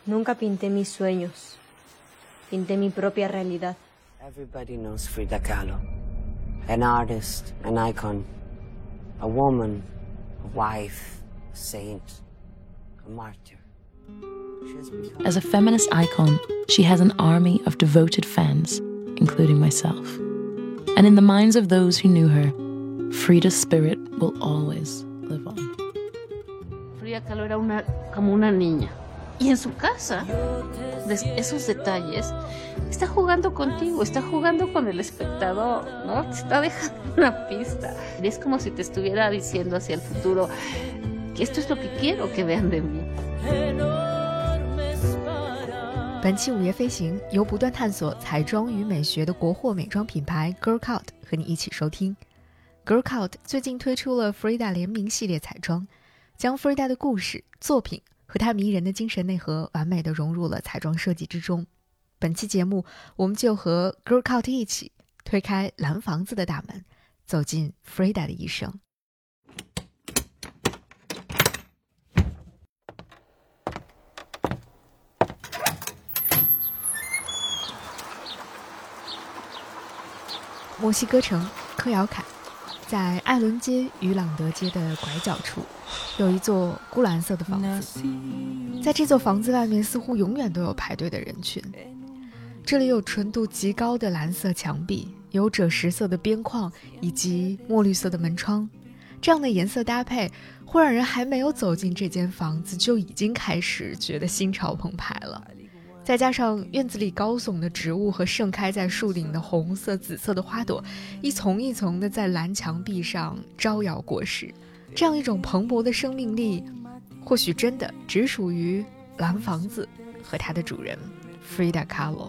Nunca pinté mis sueños. Pinté mi propia realidad. Everybody knows Frida Kahlo. An artist, an icon, a woman, a wife, a saint, a martyr. As a feminist icon, she has an army of devoted fans, including myself. And in the minds of those who knew her, Frida's spirit will always live on. Frida Kahlo era como una niña. Y en su casa, esos detalles, está jugando contigo, está jugando con el espectador, ¿no? Te está dejando una pista. Y es como si te estuviera diciendo hacia el futuro que esto es lo que quiero que vean de mí. 本期午夜飞行由不断探索彩妆与美学的国货美妆品牌 Girl Cult 和你一起收听。Girl Cult 最近推出了 Frida 联名系列彩妆，将 Frida 的故事、作品和她迷人的精神内核完美地融入了彩妆设计之中。本期节目，我们就和 Girl Cult 一起推开蓝房子的大门，走进 Frida 的一生。墨西哥城科窑坎，在艾伦街与朗德街的拐角处，有一座钴蓝色的房子。在这座房子外面，似乎永远都有排队的人群。这里有纯度极高的蓝色墙壁，有赭石色的边框，以及墨绿色的门窗。这样的颜色搭配，会让人还没有走进这间房子，就已经开始觉得心潮澎湃了。再加上院子里高耸的植物和盛开在树顶的红色、紫色的花朵，一丛一丛的在蓝墙壁上招摇过市，这样一种蓬勃的生命力，或许真的只属于蓝房子和它的主人 Frida Kahlo。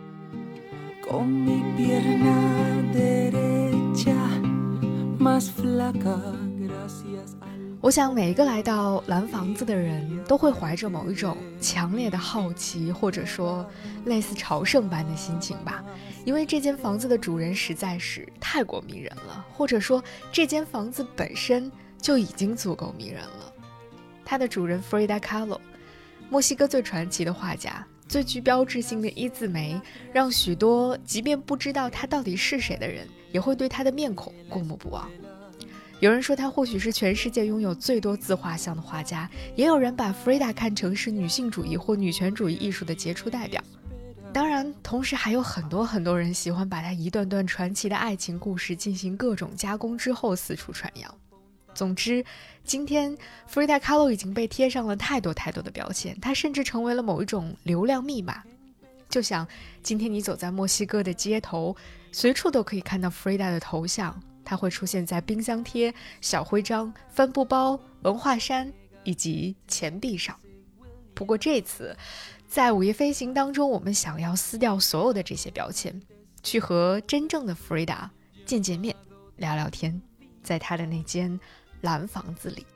我想每一个来到蓝房子的人都会怀着某一种强烈的好奇，或者说类似朝圣般的心情吧，因为这间房子的主人实在是太过迷人了，或者说这间房子本身就已经足够迷人了。它的主人 Frida Kahlo， 墨西哥最传奇的画家，最具标志性的一字眉，让许多即便不知道他到底是谁的人，也会对他的面孔过目不忘。有人说他或许是全世界拥有最多自画像的画家，也有人把 Frida 看成是女性主义或女权主义艺术的杰出代表。当然，同时还有很多人喜欢把他一段段传奇的爱情故事进行各种加工之后四处传扬。总之，今天 Frida Kahlo 已经被贴上了太多的标签，她甚至成为了某一种流量密码。就像今天你走在墨西哥的街头，随处都可以看到 Frida 的头像，它会出现在冰箱贴、小徽章、帆布包、文化衫以及钱币上。不过这次在午夜飞行当中，我们想要撕掉所有的这些标签，去和真正的 Frida 见面，聊聊天，在她的那间蓝房子里。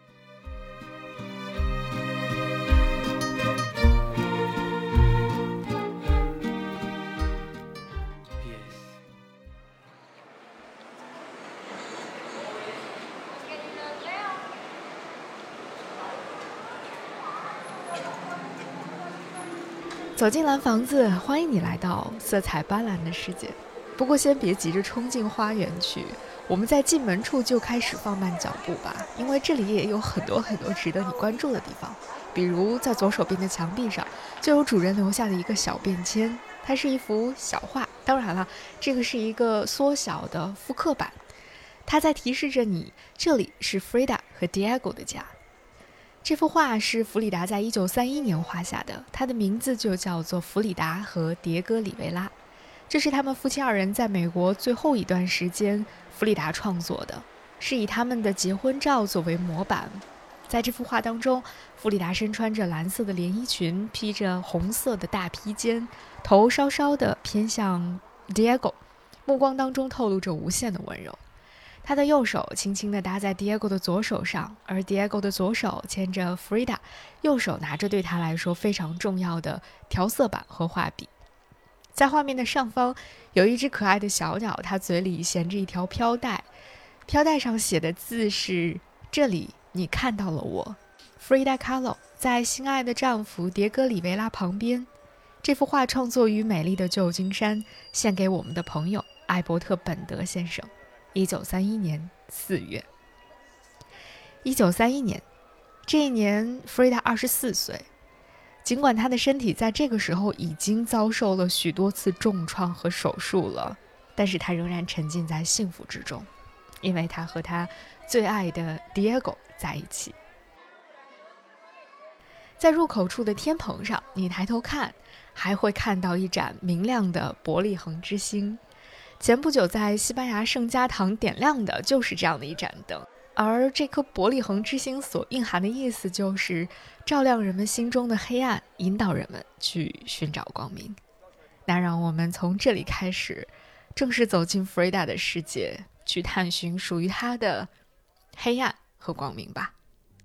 走进蓝房子，欢迎你来到色彩斑斓的世界。不过先别急着冲进花园去，我们在进门处就开始放慢脚步吧，因为这里也有很多值得你关注的地方。比如在左手边的墙壁上，就有主人留下的一个小便签，它是一幅小画，当然了，这个是一个缩小的复刻版，它在提示着你，这里是 Frida 和 Diego 的家。这幅画是弗里达在1931年画下的，他的名字就叫做弗里达和迭戈里维拉。这是他们夫妻二人在美国最后一段时间弗里达创作的，是以他们的结婚照作为模板。在这幅画当中，弗里达身穿着蓝色的连衣裙，披着红色的大披肩，头稍稍的偏向 Diego， 目光当中透露着无限的温柔。他的右手轻轻地搭在 Diego 的左手上，而 Diego 的左手牵着 Frida， 右手拿着对他来说非常重要的调色板和画笔。在画面的上方有一只可爱的小鸟，它嘴里衔着一条飘带，飘带上写的字是：这里你看到了我。Frida Kahlo 在心爱的丈夫迭戈·里维拉旁边。这幅画创作于美丽的旧金山，献给我们的朋友艾伯特·本德先生。1931年4月。1931年，这一年弗瑞达24岁。尽管她的身体在这个时候已经遭受了许多次重创和手术了，但是她仍然沉浸在幸福之中，因为她和她最爱的 Diego 在一起。在入口处的天棚上，你抬头看，还会看到一盏明亮的伯利恒之星。前不久在西班牙圣家堂点亮的就是这样的一盏灯，而这颗伯利恒之星所蕴含的意思就是照亮人们心中的黑暗，引导人们去寻找光明。那让我们从这里开始，正式走进弗瑞达的世界，去探寻属于她的黑暗和光明吧。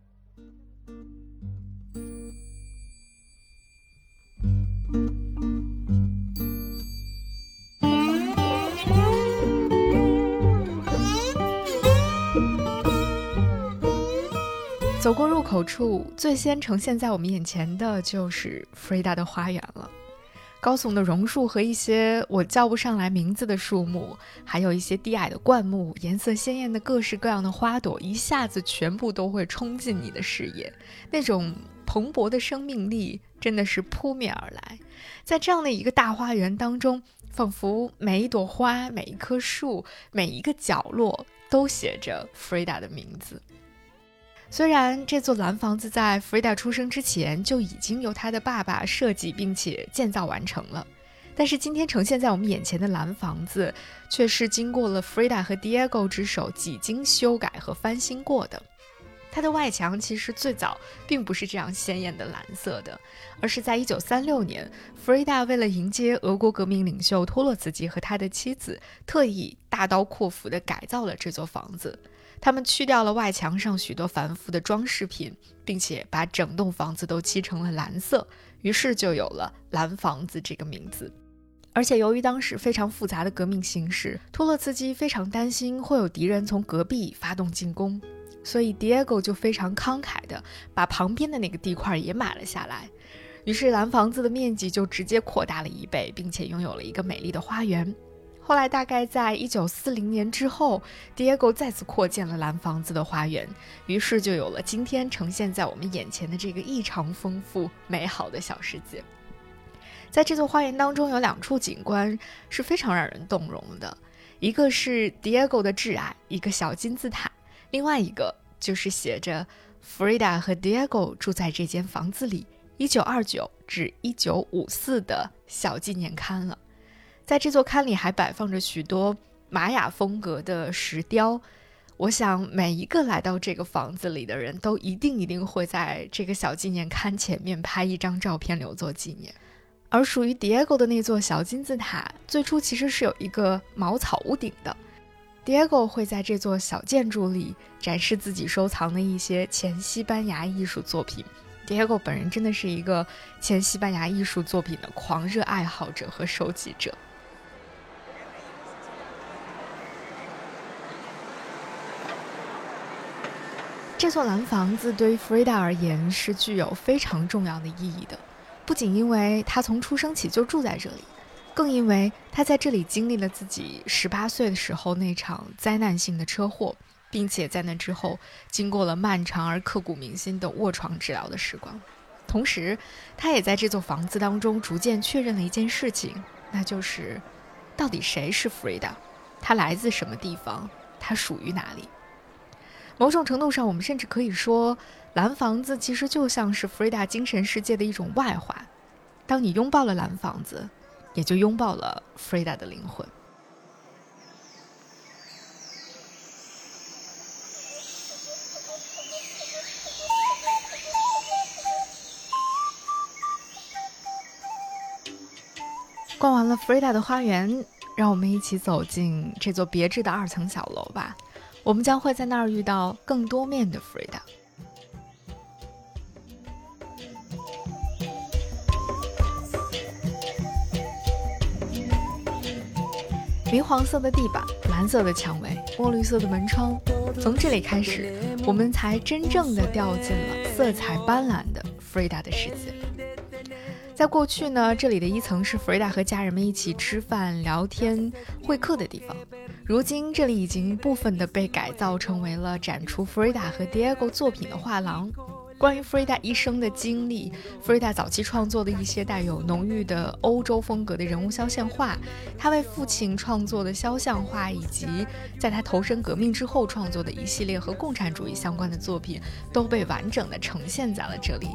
走过入口处，最先呈现在我们眼前的就是弗瑞达的花园了。高耸的榕树和一些我叫不上来名字的树木，还有一些低矮的灌木，颜色鲜艳的各式各样的花朵，一下子全部都会冲进你的视野。那种蓬勃的生命力真的是扑面而来。在这样的一个大花园当中，仿佛每一朵花、每一棵树、每一个角落都写着弗瑞达的名字。虽然这座蓝房子在弗瑞达出生之前就已经由他的爸爸设计并且建造完成了，但是今天呈现在我们眼前的蓝房子却是经过了弗瑞达和 Diego 之手几经修改和翻新过的。它的外墙其实最早并不是这样鲜艳的蓝色的，而是在1936年，弗瑞达为了迎接俄国革命领袖托洛茨基和他的妻子，特意大刀阔斧地改造了这座房子。他们去掉了外墙上许多繁复的装饰品，并且把整栋房子都漆成了蓝色，于是就有了蓝房子这个名字。而且由于当时非常复杂的革命形势，托洛茨基非常担心会有敌人从隔壁发动进攻，所以 Diego 就非常慷慨的把旁边的那个地块也买了下来，于是蓝房子的面积就直接扩大了1倍，并且拥有了一个美丽的花园。后来大概在1940年之后， Diego 再次扩建了蓝房子的花园，于是就有了今天呈现在我们眼前的这个异常丰富美好的小世界。在这座花园当中有2处景观是非常让人动容的，一个是 Diego 的挚爱，一个小金字塔，另外一个就是写着弗瑞达和 Diego 住在这间房子里1929至1954的小纪念刊了。在这座龛里还摆放着许多玛雅风格的石雕，我想每一个来到这个房子里的人都一定会在这个小纪念龛前面拍一张照片留作纪念。而属于 Diego 的那座小金字塔最初其实是有一个茅草屋顶的， Diego 会在这座小建筑里展示自己收藏的一些前西班牙艺术作品。Diego 本人真的是一个前西班牙艺术作品的狂热爱好者和收集者。这座蓝房子对于弗瑞达而言是具有非常重要的意义的，不仅因为他从出生起就住在这里，更因为他在这里经历了自己18岁的时候那场灾难性的车祸，并且在那之后经过了漫长而刻骨铭心的卧床治疗的时光。同时他也在这座房子当中逐渐确认了一件事情，那就是到底谁是弗瑞达，他来自什么地方，他属于哪里。某种程度上我们甚至可以说，蓝房子其实就像是弗瑞达精神世界的一种外化，当你拥抱了蓝房子，也就拥抱了弗瑞达的灵魂。逛完了弗瑞达的花园，让我们一起走进这座别致的2层小楼吧，我们将会在那儿遇到更多面的弗瑞达。明黄色的地板，蓝色的墙围，墨绿色的门窗，从这里开始，我们才真正的掉进了色彩斑斓的弗弗瑞达的世界。在过去呢，这里的一层是弗瑞达和家人们一起吃饭、聊天、会客的地方。如今这里已经部分的被改造成为了展出弗瑞达和 Diego 作品的画廊。关于弗瑞达一生的经历，弗瑞达早期创作的一些带有浓郁的欧洲风格的人物肖像画，他为父亲创作的肖像画，以及在他投身革命之后创作的一系列和共产主义相关的作品，都被完整的呈现在了这里。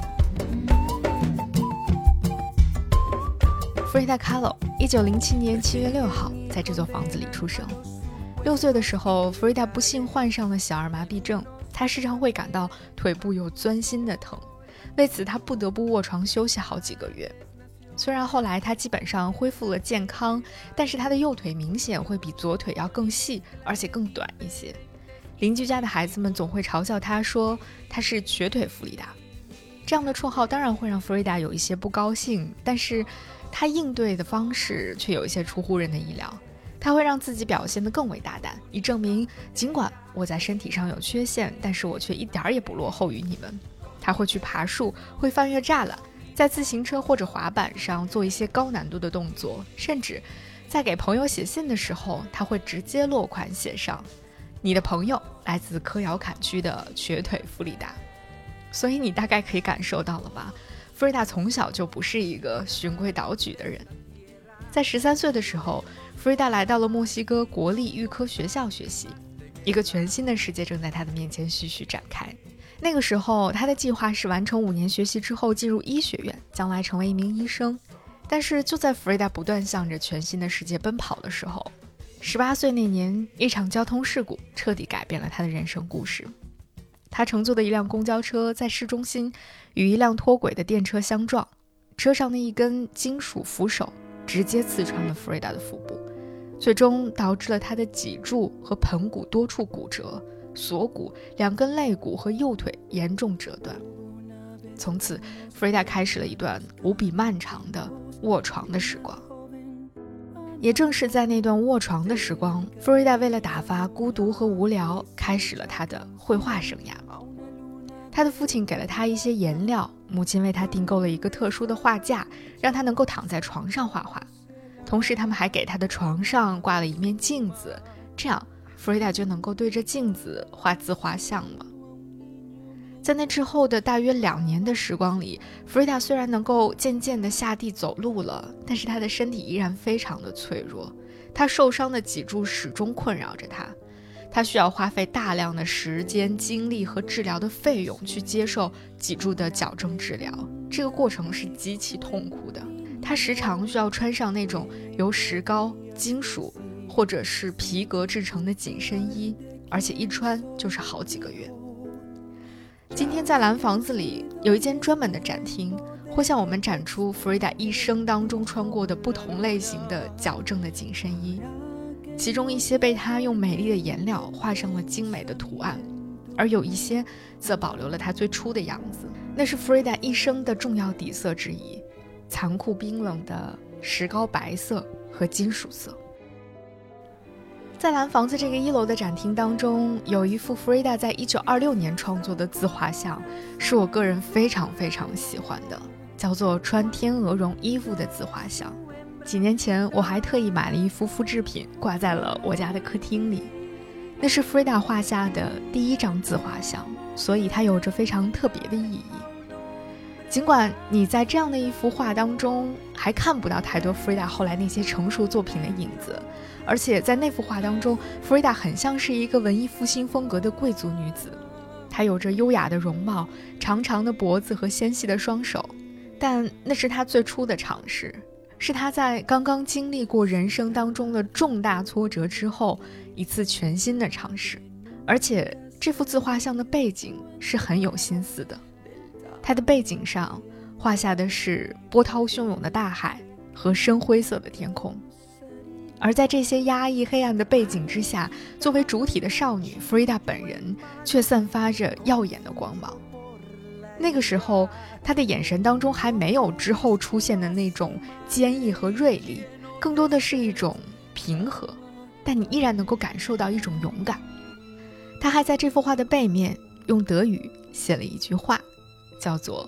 弗瑞达·卡洛1907年7月6号在这座房子里出生。6岁的时候，弗瑞达不幸患上了小儿麻痹症，他时常会感到腿部有钻心的疼，为此他不得不卧床休息好几个月。虽然后来他基本上恢复了健康，但是他的右腿明显会比左腿要更细，而且更短一些。邻居家的孩子们总会嘲笑他说他是瘸腿弗里达。这样的绰号当然会让弗瑞达有一些不高兴，但是他应对的方式却有一些出乎人的意料。他会让自己表现得更为大胆，以证明尽管我在身体上有缺陷，但是我却一点也不落后于你们。他会去爬树，会翻越栅栏，在自行车或者滑板上做一些高难度的动作，甚至在给朋友写信的时候，他会直接落款写上你的朋友来自科窑坎区的瘸腿弗里达。所以你大概可以感受到了吧，弗瑞达从小就不是一个循规蹈矩的人。在13岁的时候，弗瑞达来到了墨西哥国立预科学校学习，一个全新的世界正在他的面前徐徐展开。那个时候他的计划是完成5年学习之后进入医学院，将来成为一名医生。但是就在弗瑞达不断向着全新的世界奔跑的时候，18岁那年，一场交通事故彻底改变了他的人生故事。他乘坐的一辆公交车在市中心与一辆脱轨的电车相撞，车上的一根金属扶手直接刺穿了弗瑞达的腹部，最终导致了他的脊柱和盆骨多处骨折，锁骨、2根肋骨和右腿严重折断。从此，弗瑞达开始了一段无比漫长的卧床的时光。也正是在那段卧床的时光，弗瑞达为了打发孤独和无聊，开始了他的绘画生涯。他的父亲给了他一些颜料，母亲为他订购了一个特殊的画架，让他能够躺在床上画画。同时他们还给他的床上挂了一面镜子，这样弗瑞达就能够对着镜子画自画像了。在那之后的大约2年的时光里，弗瑞达虽然能够渐渐地下地走路了，但是他的身体依然非常的脆弱，他受伤的脊柱始终困扰着他。他需要花费大量的时间、精力和治疗的费用去接受脊柱的矫正治疗，这个过程是极其痛苦的。他时常需要穿上那种由石膏、金属或者是皮革制成的紧身衣，而且一穿就是好几个月。今天在蓝房子里有一间专门的展厅，会向我们展出弗瑞达一生当中穿过的不同类型的矫正的紧身衣，其中一些被他用美丽的颜料画上了精美的图案，而有一些则保留了他最初的样子。那是弗瑞达一生的重要底色之一，残酷冰冷的石膏白色和金属色。在蓝房子这个1楼的展厅当中，有一幅弗瑞达在1926年创作的自画像，是我个人非常非常喜欢的，叫做穿天鹅绒衣服的自画像。几年前我还特意买了一幅复制品挂在了我家的客厅里，那是弗瑞达画下的第1张自画像，所以它有着非常特别的意义。尽管你在这样的一幅画当中还看不到太多弗瑞达后来那些成熟作品的影子，而且在那幅画当中，弗瑞达很像是一个文艺复兴风格的贵族女子，她有着优雅的容貌、长长的脖子和纤细的双手，但那是她最初的尝试，是她在刚刚经历过人生当中的重大挫折之后一次全新的尝试。而且这幅自画像的背景是很有心思的，它的背景上画下的是波涛汹涌的大海和深灰色的天空，而在这些压抑黑暗的背景之下，作为主体的少女弗瑞达本人却散发着耀眼的光芒。那个时候她的眼神当中还没有之后出现的那种坚毅和锐利，更多的是一种平和，但你依然能够感受到一种勇敢。她还在这幅画的背面用德语写了一句话，叫做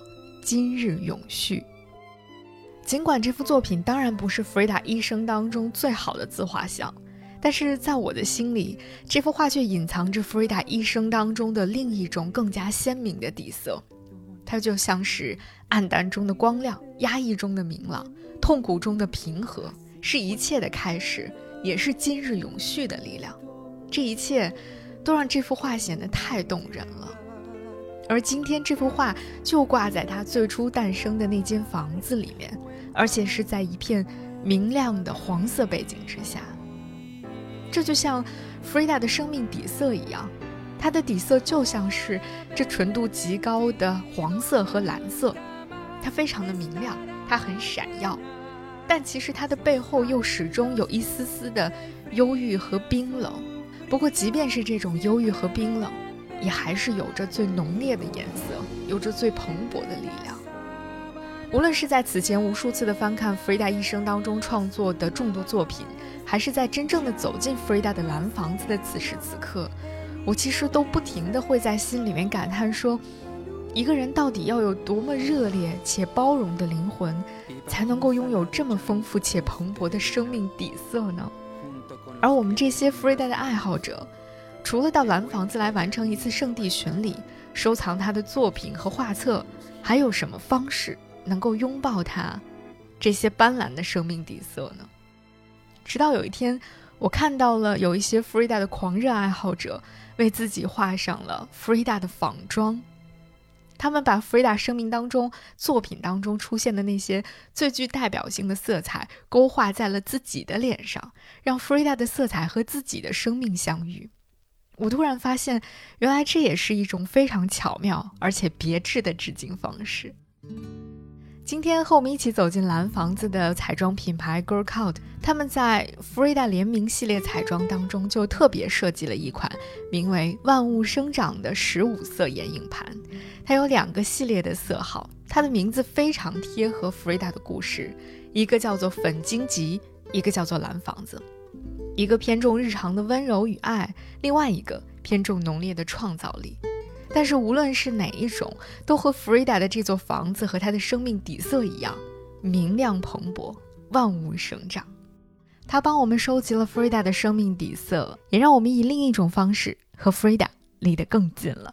今日永续。尽管这幅作品当然不是弗瑞达一生当中最好的自画像，但是在我的心里，这幅画却隐藏着弗瑞达一生当中的另一种更加鲜明的底色。它就像是暗淡中的光亮，压抑中的明朗，痛苦中的平和，是一切的开始，也是今日永续的力量。这一切都让这幅画显得太动人了。而今天这幅画就挂在它最初诞生的那间房子里面，而且是在一片明亮的黄色背景之下。这就像弗瑞达的生命底色一样，它的底色就像是这纯度极高的黄色和蓝色，它非常的明亮，它很闪耀，但其实它的背后又始终有一丝丝的忧郁和冰冷。不过即便是这种忧郁和冰冷，也还是有着最浓烈的颜色，有着最蓬勃的力量。无论是在此前无数次的翻看弗瑞达一生当中创作的众多作品，还是在真正的走进弗瑞达的蓝房子的此时此刻，我其实都不停地会在心里面感叹说，一个人到底要有多么热烈且包容的灵魂，才能够拥有这么丰富且蓬勃的生命底色呢？而我们这些弗瑞达的爱好者，除了到蓝房子来完成一次圣地巡礼，收藏他的作品和画册，还有什么方式能够拥抱他这些斑斓的生命底色呢？直到有一天，我看到了有一些弗瑞达的狂热爱好者为自己画上了弗瑞达的仿妆。他们把弗瑞达生命当中作品当中出现的那些最具代表性的色彩勾画在了自己的脸上，让弗瑞达的色彩和自己的生命相遇。我突然发现，原来这也是一种非常巧妙而且别致的致敬方式。今天和我们一起走进蓝房子的彩妆品牌 Girl Code， 他们在弗瑞达联名系列彩妆当中就特别设计了一款名为万物生长的15色眼影盘。它有2个系列的色号，它的名字非常贴合弗瑞达的故事，一个叫做粉荆棘，一个叫做蓝房子。一个偏重日常的温柔与爱，另外一个偏重浓烈的创造力。但是无论是哪一种，都和弗瑞达的这座房子和她的生命底色一样，明亮蓬勃，万物生长。她帮我们收集了弗瑞达的生命底色，也让我们以另一种方式和弗瑞达离得更近了。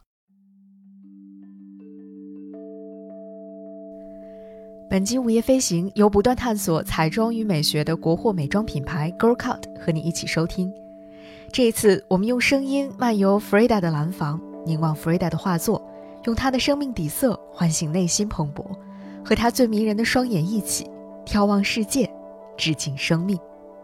本期午夜飞行由不断探索彩妆与美学的国货美妆品牌 Girl Code 和你一起收听。这一次我们用声音漫游弗瑞达的蓝房，凝望弗瑞达的画作，用她的生命底色唤醒内心蓬勃，和她最迷人的双眼一起眺望世界，致敬生命。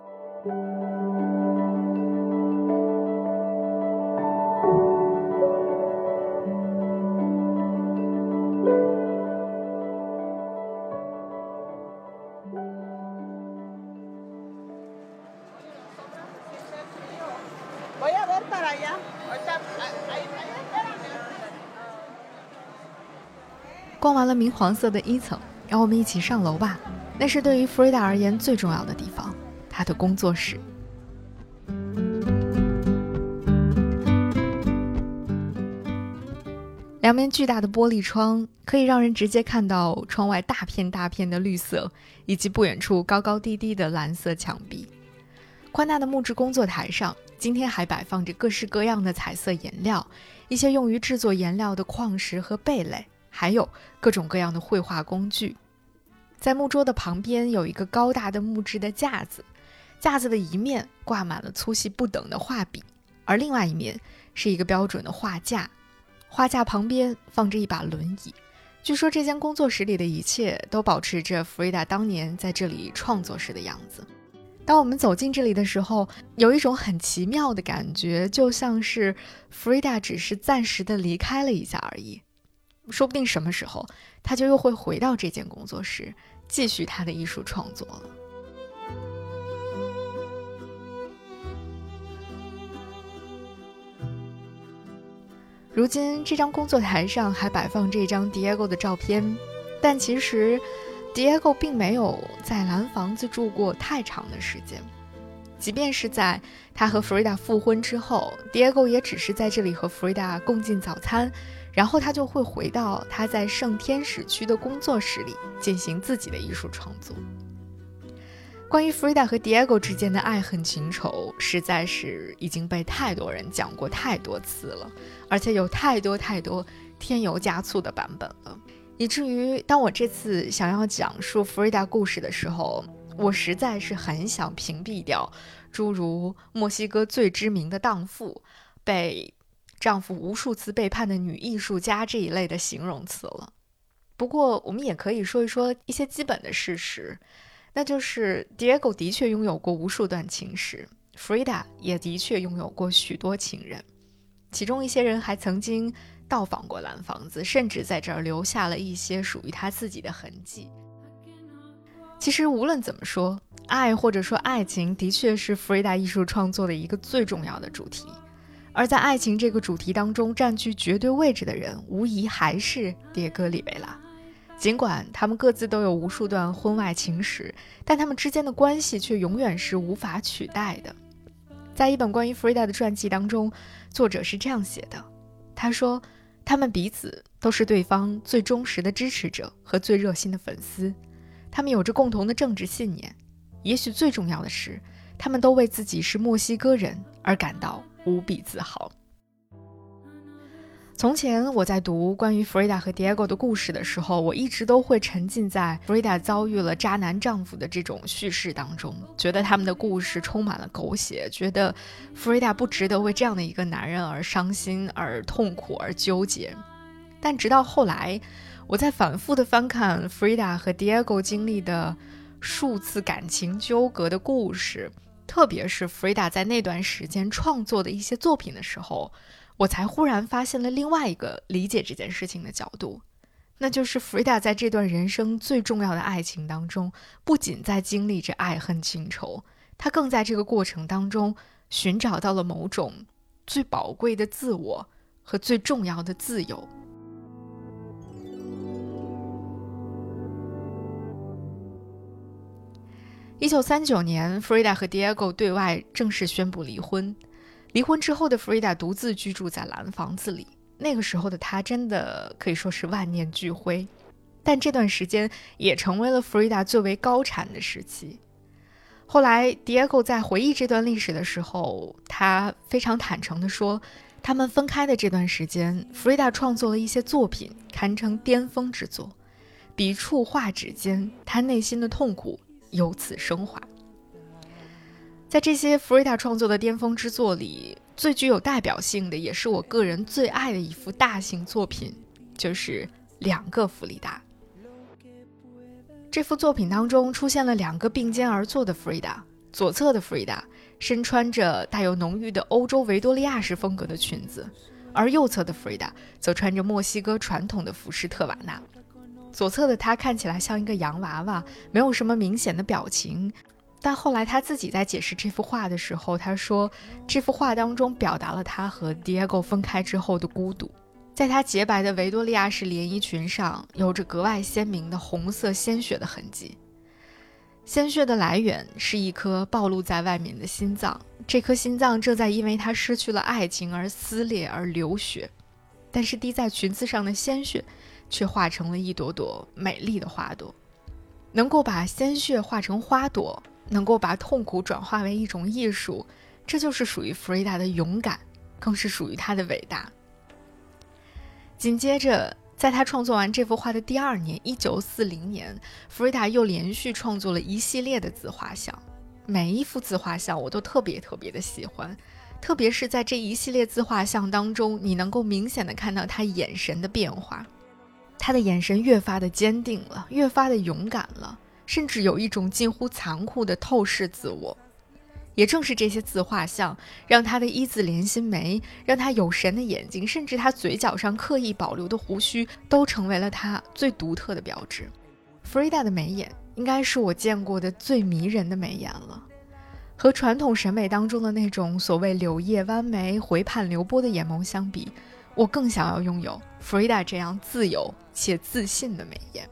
逛完了明黄色的1层，让我们一起上楼吧。那是对于弗瑞达而言最重要的地方，她的工作室。2面巨大的玻璃窗可以让人直接看到窗外大片大片的绿色，以及不远处高高低低的蓝色墙壁。宽大的木质工作台上，今天还摆放着各式各样的彩色颜料，一些用于制作颜料的矿石和贝类，还有各种各样的绘画工具。在木桌的旁边有一个高大的木质的架子，架子的一面挂满了粗细不等的画笔，而另外一面是一个标准的画架。画架旁边放着一把轮椅。据说这间工作室里的一切都保持着弗瑞达当年在这里创作时的样子。当我们走进这里的时候，有一种很奇妙的感觉，就像是弗瑞达只是暂时的离开了一下而已。说不定什么时候他就又会回到这间工作室，继续他的艺术创作了。如今这张工作台上还摆放这张 Diego 的照片，但其实 Diego 并没有在蓝房子住过太长的时间。即便是在他和弗瑞达复婚之后， Diego 也只是在这里和弗瑞达共进早餐， 然后他就会回到他在圣天使区的工作室里进行自己的艺术创作。关于 Frida 和 Diego 之间的爱恨情仇，实在是已经被太多人讲过太多次了，而且有太多添油加醋的版本了，以至于当我这次想要讲述 Frida 故事的时候，我实在是很想屏蔽掉诸如墨西哥最知名的荡妇、被丈夫无数次背叛的女艺术家这一类的形容词了。不过我们也可以说一说一些基本的事实，那就是 Diego 的确拥有过无数段情史， Frida 也的确拥有过许多情人，其中一些人还曾经到访过蓝房子，甚至在这儿留下了一些属于他自己的痕迹。其实无论怎么说，爱或者说爱情的确是 Frida 艺术创作的一个最重要的主题，而在爱情这个主题当中占据绝对位置的人，无疑还是迭戈·里维拉。尽管他们各自都有无数段婚外情史，但他们之间的关系却永远是无法取代的。在一本关于 Frida 的传记当中，作者是这样写的，他说，他们彼此都是对方最忠实的支持者和最热心的粉丝，他们有着共同的政治信念，也许最重要的是，他们都为自己是墨西哥人而感到无比自豪。从前我在读关于 Frida 和 Diego 的故事的时候，我一直都会沉浸在 Frida 遭遇了渣男丈夫的这种叙事当中，觉得他们的故事充满了狗血，觉得 Frida 不值得为这样的一个男人而伤心、而痛苦、而纠结。但直到后来，我在反复地翻看 Frida 和 Diego 经历的数次感情纠葛的故事，特别是 Frida 在那段时间创作的一些作品的时候，我才忽然发现了另外一个理解这件事情的角度，那就是 Frida 在这段人生最重要的爱情当中，不仅在经历着爱恨情仇，她更在这个过程当中寻找到了某种最宝贵的自我和最重要的自由。1939年 Frida 和 Diego 对外正式宣布离婚。离婚之后的 Frida 独自居住在蓝房子里，那个时候的她真的可以说是万念俱灰，但这段时间也成为了 Frida 最为高产的时期。后来 Diego 在回忆这段历史的时候，他非常坦诚地说，他们分开的这段时间 Frida 创作了一些作品，堪称巅峰之作，笔触画纸间，他内心的痛苦由此升华。在这些 Frida 创作的巅峰之作里，最具有代表性的，也是我个人最爱的一幅大型作品，就是两个弗里达。这幅作品当中出现了两个并肩而坐的 Frida， 左侧的 Frida 身穿着带有浓郁的欧洲维多利亚式风格的裙子，而右侧的 Frida 则穿着墨西哥传统的服饰特瓦纳。左侧的她看起来像一个洋娃娃，没有什么明显的表情，但后来他自己在解释这幅画的时候，他说这幅画当中表达了他和 Diego 分开之后的孤独。在他洁白的维多利亚式连衣裙上有着格外鲜明的红色鲜血的痕迹，鲜血的来源是一颗暴露在外面的心脏，这颗心脏正在因为他失去了爱情而撕裂而流血，但是滴在裙子上的鲜血却化成了一朵朵美丽的花朵。能够把鲜血化成花朵，能够把痛苦转化为一种艺术，这就是属于 Frida 的勇敢，更是属于她的伟大。紧接着，在她创作完这幅画的第二年1940年 Frida 又连续创作了一系列的自画像，每一幅自画像我都特别的喜欢，特别是在这一系列自画像当中，你能够明显的看到她眼神的变化，她的眼神越发的坚定了，越发的勇敢了，甚至有一种近乎残酷的透视自我。也正是这些自画像，让她的一字连心眉，让她有神的眼睛，甚至她嘴角上刻意保留的胡须，都成为了她最独特的标志。Frida 的眉眼应该是我见过的最迷人的眉眼了，和传统审美当中的那种所谓柳叶弯眉、回盼流波的眼眸相比，我更想要拥有 Frida 这样自由且自信的眉眼。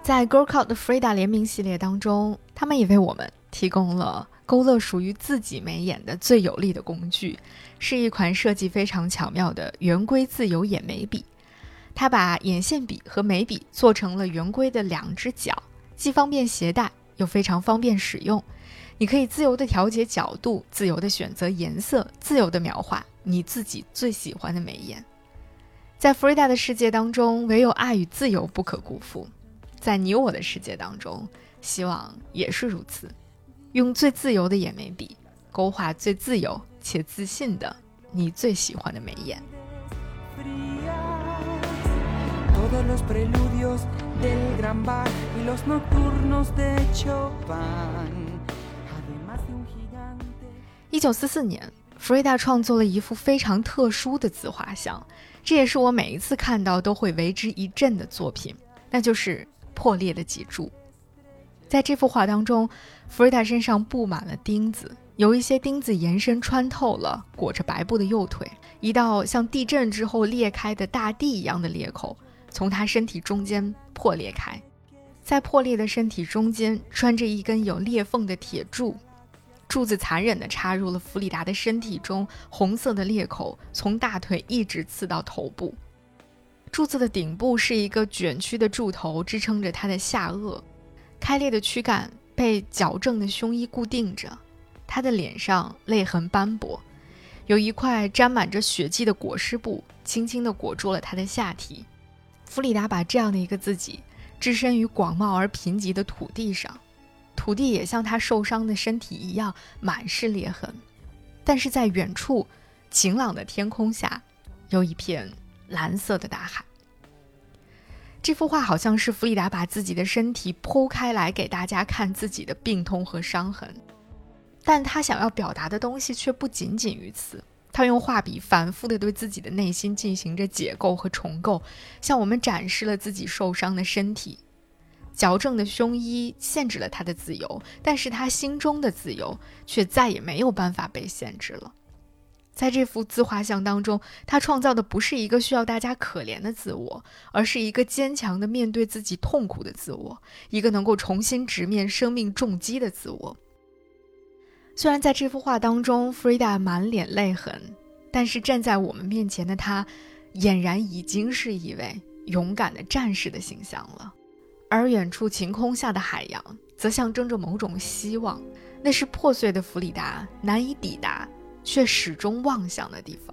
在 Girl Cult 的 Frida 联名系列当中，他们也为我们提供了勾勒属于自己眉眼的最有力的工具，是一款设计非常巧妙的圆规自由眼眉笔。它把眼线笔和眉笔做成了圆规的2只角，既方便携带又非常方便使用。你可以自由地调节角度，自由地选择颜色，自由地描画你自己最喜欢的眉眼。在 Frida 的世界当中，唯有爱与自由不可辜负。在你我的世界当中，希望也是如此。用最自由的眼眉笔，勾画最自由且自信的你最喜欢的眉眼。1944年 Frida 创作了一幅非常特殊的自画像，这也是我每一次看到都会为之一振的作品，那就是破裂的脊柱。在这幅画当中， Frida 身上布满了钉子，有一些钉子延伸穿透了裹着白布的右腿，一道像地震之后裂开的大地一样的裂口从她身体中间破裂开，在破裂的身体中间穿着一根有裂缝的铁柱，柱子残忍地插入了弗里达的身体中，红色的裂口从大腿一直刺到头部。柱子的顶部是一个卷曲的柱头，支撑着她的下颚，开裂的躯干被矫正的胸衣固定着，她的脸上泪痕斑驳，有一块沾满着血迹的裹尸布轻轻地裹住了她的下体。弗里达把这样的一个自己置身于广袤而贫瘠的土地上，土地也像她受伤的身体一样满是裂痕，但是在远处晴朗的天空下有一片蓝色的大海。这幅画好像是弗里达把自己的身体剖开来给大家看自己的病痛和伤痕，但他想要表达的东西却不仅仅于此。他用画笔反复地对自己的内心进行着解构和重构，向我们展示了自己受伤的身体。矫正的胸衣限制了他的自由，但是他心中的自由却再也没有办法被限制了。在这幅自画像当中，他创造的不是一个需要大家可怜的自我，而是一个坚强的面对自己痛苦的自我，一个能够重新直面生命重击的自我。虽然在这幅画当中 Frida 满脸泪痕，但是站在我们面前的她俨然已经是一位勇敢的战士的形象了。而远处晴空下的海洋则象征着某种希望，那是破碎的弗里达难以抵达却始终望向的地方。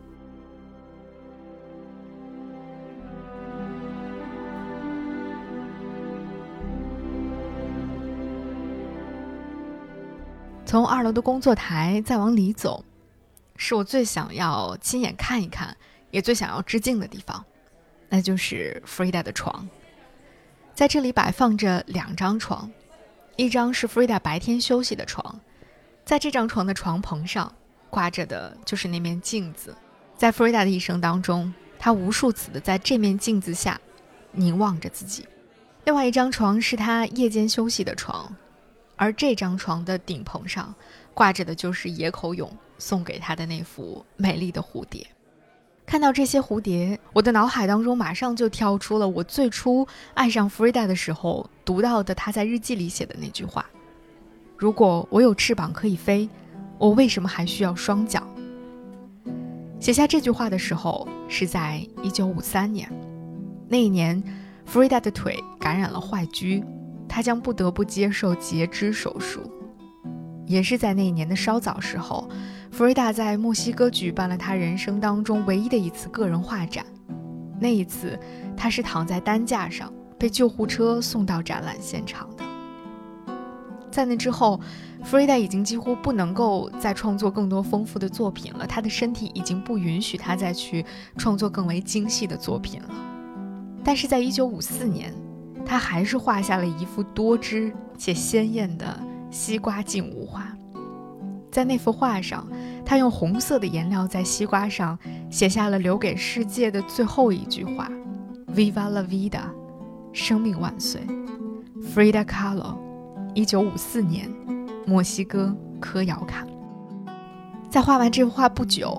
从2楼的工作台再往里走，是我最想要亲眼看一看也最想要致敬的地方，那就是 Frida 的床。在这里摆放着2张床，一张是 Frida 白天休息的床，在这张床的床棚上挂着的就是那面镜子。在 Frida 的一生当中，她无数次的在这面镜子下凝望着自己。另外一张床是她夜间休息的床，而这张床的顶棚上挂着的就是野口勇送给她的那幅美丽的蝴蝶。看到这些蝴蝶，我的脑海当中马上就跳出了我最初爱上 Frida 的时候读到的她在日记里写的那句话：如果我有翅膀可以飞，我为什么还需要双脚？写下这句话的时候是在1953年，那一年 Frida 的腿感染了坏疽，她将不得不接受截肢手术。也是在那一年的稍早时候， Frida 在墨西哥举办了她人生当中唯一的一次个人画展。那一次她是躺在担架上被救护车送到展览现场的。在那之后， Frida 已经几乎不能够再创作更多丰富的作品了，她的身体已经不允许她再去创作更为精细的作品了。但是在1954年，她还是画下了一幅多汁且鲜艳的西瓜静物画。在那幅画上，她用红色的颜料在西瓜上写下了留给世界的最后一句话 Viva la vida， 生命万岁。 Frida Kahlo， 1954年，墨西哥科窑坎。在画完这幅画不久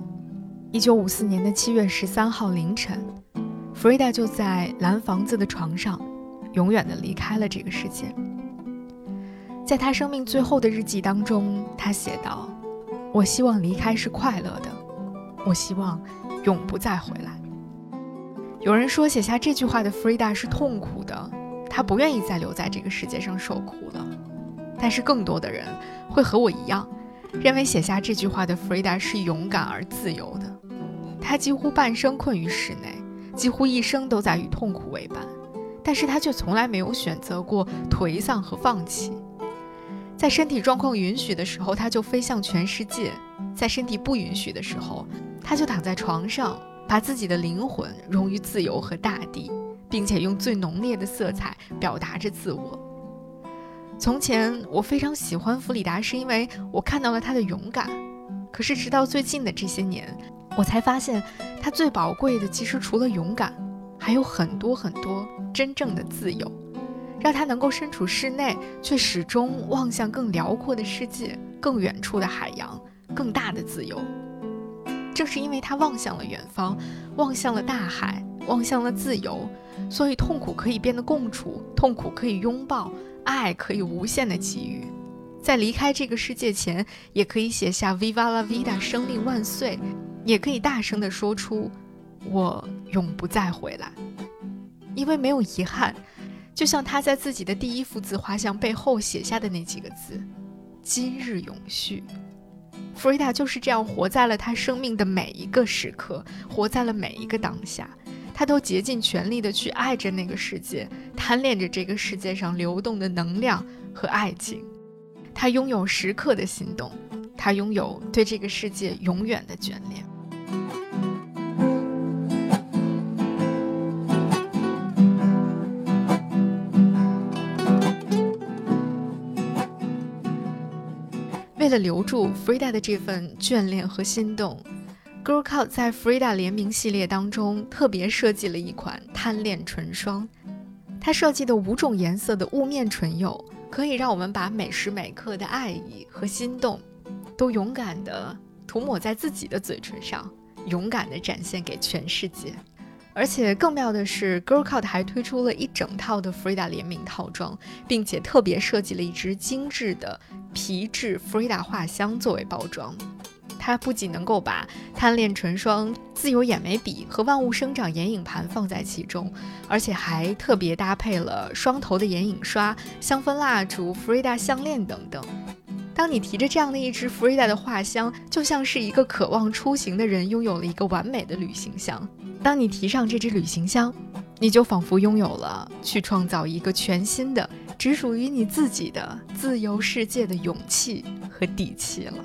，1954年的7月13号凌晨， Frida 就在蓝房子的床上永远地离开了这个世界。在他生命最后的日记当中，他写道：我希望离开是快乐的，我希望永不再回来。有人说写下这句话的 Frida 是痛苦的，她不愿意再留在这个世界上受苦了。但是更多的人会和我一样，认为写下这句话的 Frida 是勇敢而自由的。她几乎半生困于室内，几乎一生都在与痛苦为伴，但是她却从来没有选择过颓丧和放弃。在身体状况允许的时候，她就飞向全世界；在身体不允许的时候，她就躺在床上，把自己的灵魂融于自由和大地，并且用最浓烈的色彩表达着自我。从前我非常喜欢弗里达，是因为我看到了她的勇敢。可是直到最近的这些年，我才发现她最宝贵的其实除了勇敢，还有很多很多真正的自由，让她能够身处室内，却始终望向更辽阔的世界，更远处的海洋，更大的自由。正是因为她望向了远方，望向了大海，望向了自由，所以痛苦可以变得共处，痛苦可以拥抱，爱可以无限的给予。在离开这个世界前，也可以写下 Viva la vida 生命万岁，也可以大声地说出我永不再回来。因为没有遗憾，就像他在自己的第一幅自画像背后写下的那几个字：今日永续。Frida 就是这样活在了他生命的每一个时刻，活在了每一个当下。他都竭尽全力地去爱着那个世界，贪恋着这个世界上流动的能量和爱情。他拥有时刻的心动，他拥有对这个世界永远的眷恋。为了留住 Frida 的这份眷恋和心动， Girl Cult 在 Frida 联名系列当中特别设计了一款贪恋唇霜。它设计的5种颜色的雾面唇釉，可以让我们把每时每刻的爱意和心动都勇敢地涂抹在自己的嘴唇上，勇敢地展现给全世界。而且更妙的是， Girl Cult 还推出了一整套的 Frida 联名套装，并且特别设计了一支精致的皮质 Frida 画箱作为包装。它不仅能够把贪恋唇霜、自由眼眉笔和万物生长眼影盘放在其中，而且还特别搭配了双头的眼影刷、香氛蜡烛、Frida 项链等等。当你提着这样的一支 Frida 的画箱，就像是一个渴望出行的人拥有了一个完美的旅行箱。当你提上这支旅行箱，你就仿佛拥有了去创造一个全新的、只属于你自己的自由世界的勇气和底气了。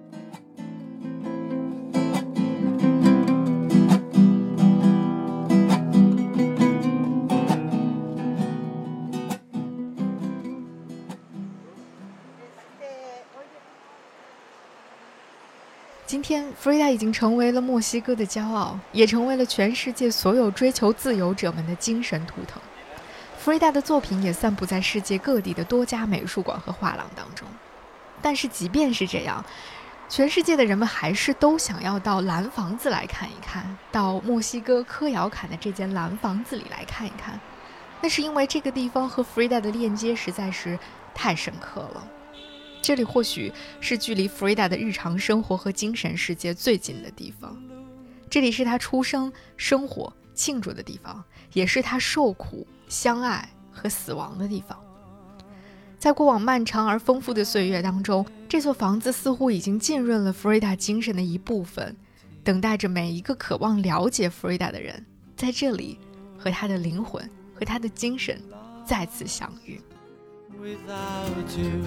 今天 Frida 已经成为了墨西哥的骄傲，也成为了全世界所有追求自由者们的精神图腾。Frida 的作品也散布在世界各地的多家美术馆和画廊当中。但是即便是这样，全世界的人们还是都想要到蓝房子来看一看，到墨西哥科窑坎的这间蓝房子里来看一看。那是因为这个地方和 Frida 的链接实在是太深刻了。这里或许是距离 Frida 的日常生活和精神世界最近的地方，这里是她出生、生活、庆祝的地方，也是她受苦、相爱和死亡的地方。在过往漫长而丰富的岁月当中，这座房子似乎已经浸润了 Frida 精神的一部分，等待着每一个渴望了解 Frida 的人，在这里和她的灵魂和她的精神再次相遇。 Without you,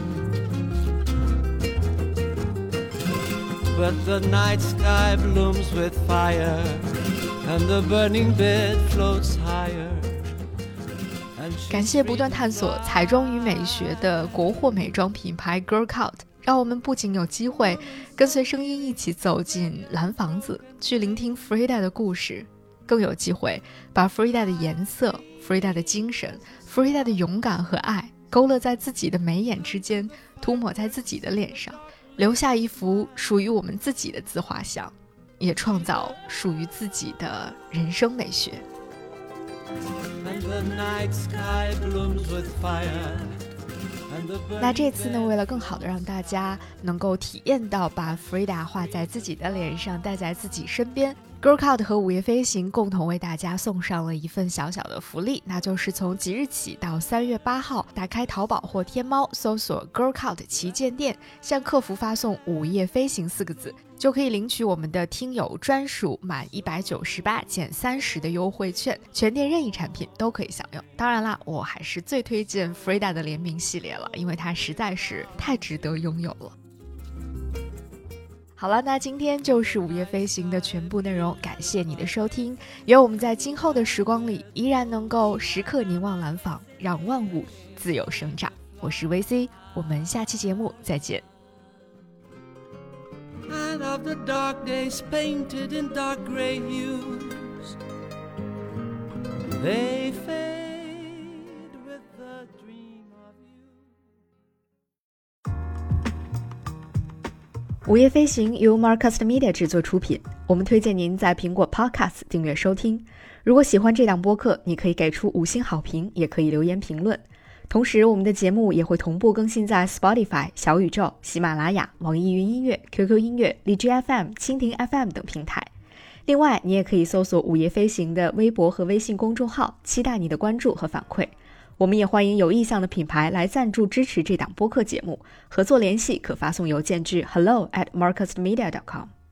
but the night sky blooms with fire, and the burning bed floats higher. 感谢不断探索彩妆与美学的国货美妆品牌 Girl Cult， 让我们不仅有机会跟随声音一起走进蓝房子，去聆听 Frida 的故事，更有机会把 Frida 的颜色、Frida 的精神、Frida 的勇敢和爱勾勒在自己的眉眼之间，涂抹在自己的脸上，留下一幅属于我们自己的自画像，也创造属于自己的人生美学。 and the night sky blooms with fire. 那这次呢，为了更好的让大家能够体验到把 Frida 画在自己的脸上，带在自己身边， Girlcloud 和午夜飞行共同为大家送上了一份小小的福利，那就是从即日起到3月8号，打开淘宝或天猫，搜索 Girlcloud 旗舰店，向客服发送午夜飞行4个字，就可以领取我们的听友专属满198减30的优惠券，全店任意产品都可以享用。当然啦，我还是最推荐 Frida 的联名系列了，因为它实在是太值得拥有了。好了，那今天就是午夜飞行的全部内容，感谢你的收听，愿我们在今后的时光里依然能够时刻凝望蓝坊，让万物自由生长。我是 VC， 我们下期节目再见。 And of the dark days painted in dark gray hues, they fade with the dream of you. 午夜飞行由 Marcast Media 制作出品，我们推荐您在苹果 Podcast 订阅收听。如果喜欢这档播客，你可以给出5星好评，也可以留言评论。同时我们的节目也会同步更新在 Spotify、 小宇宙、喜马拉雅、网易云音乐、 QQ 音乐、荔枝 FM、 蜻蜓 FM 等平台。另外你也可以搜索午夜飞行的微博和微信公众号，期待你的关注和反馈。我们也欢迎有意向的品牌来赞助支持这档播客节目，合作联系可发送邮件至 hello@marcastmedia.com。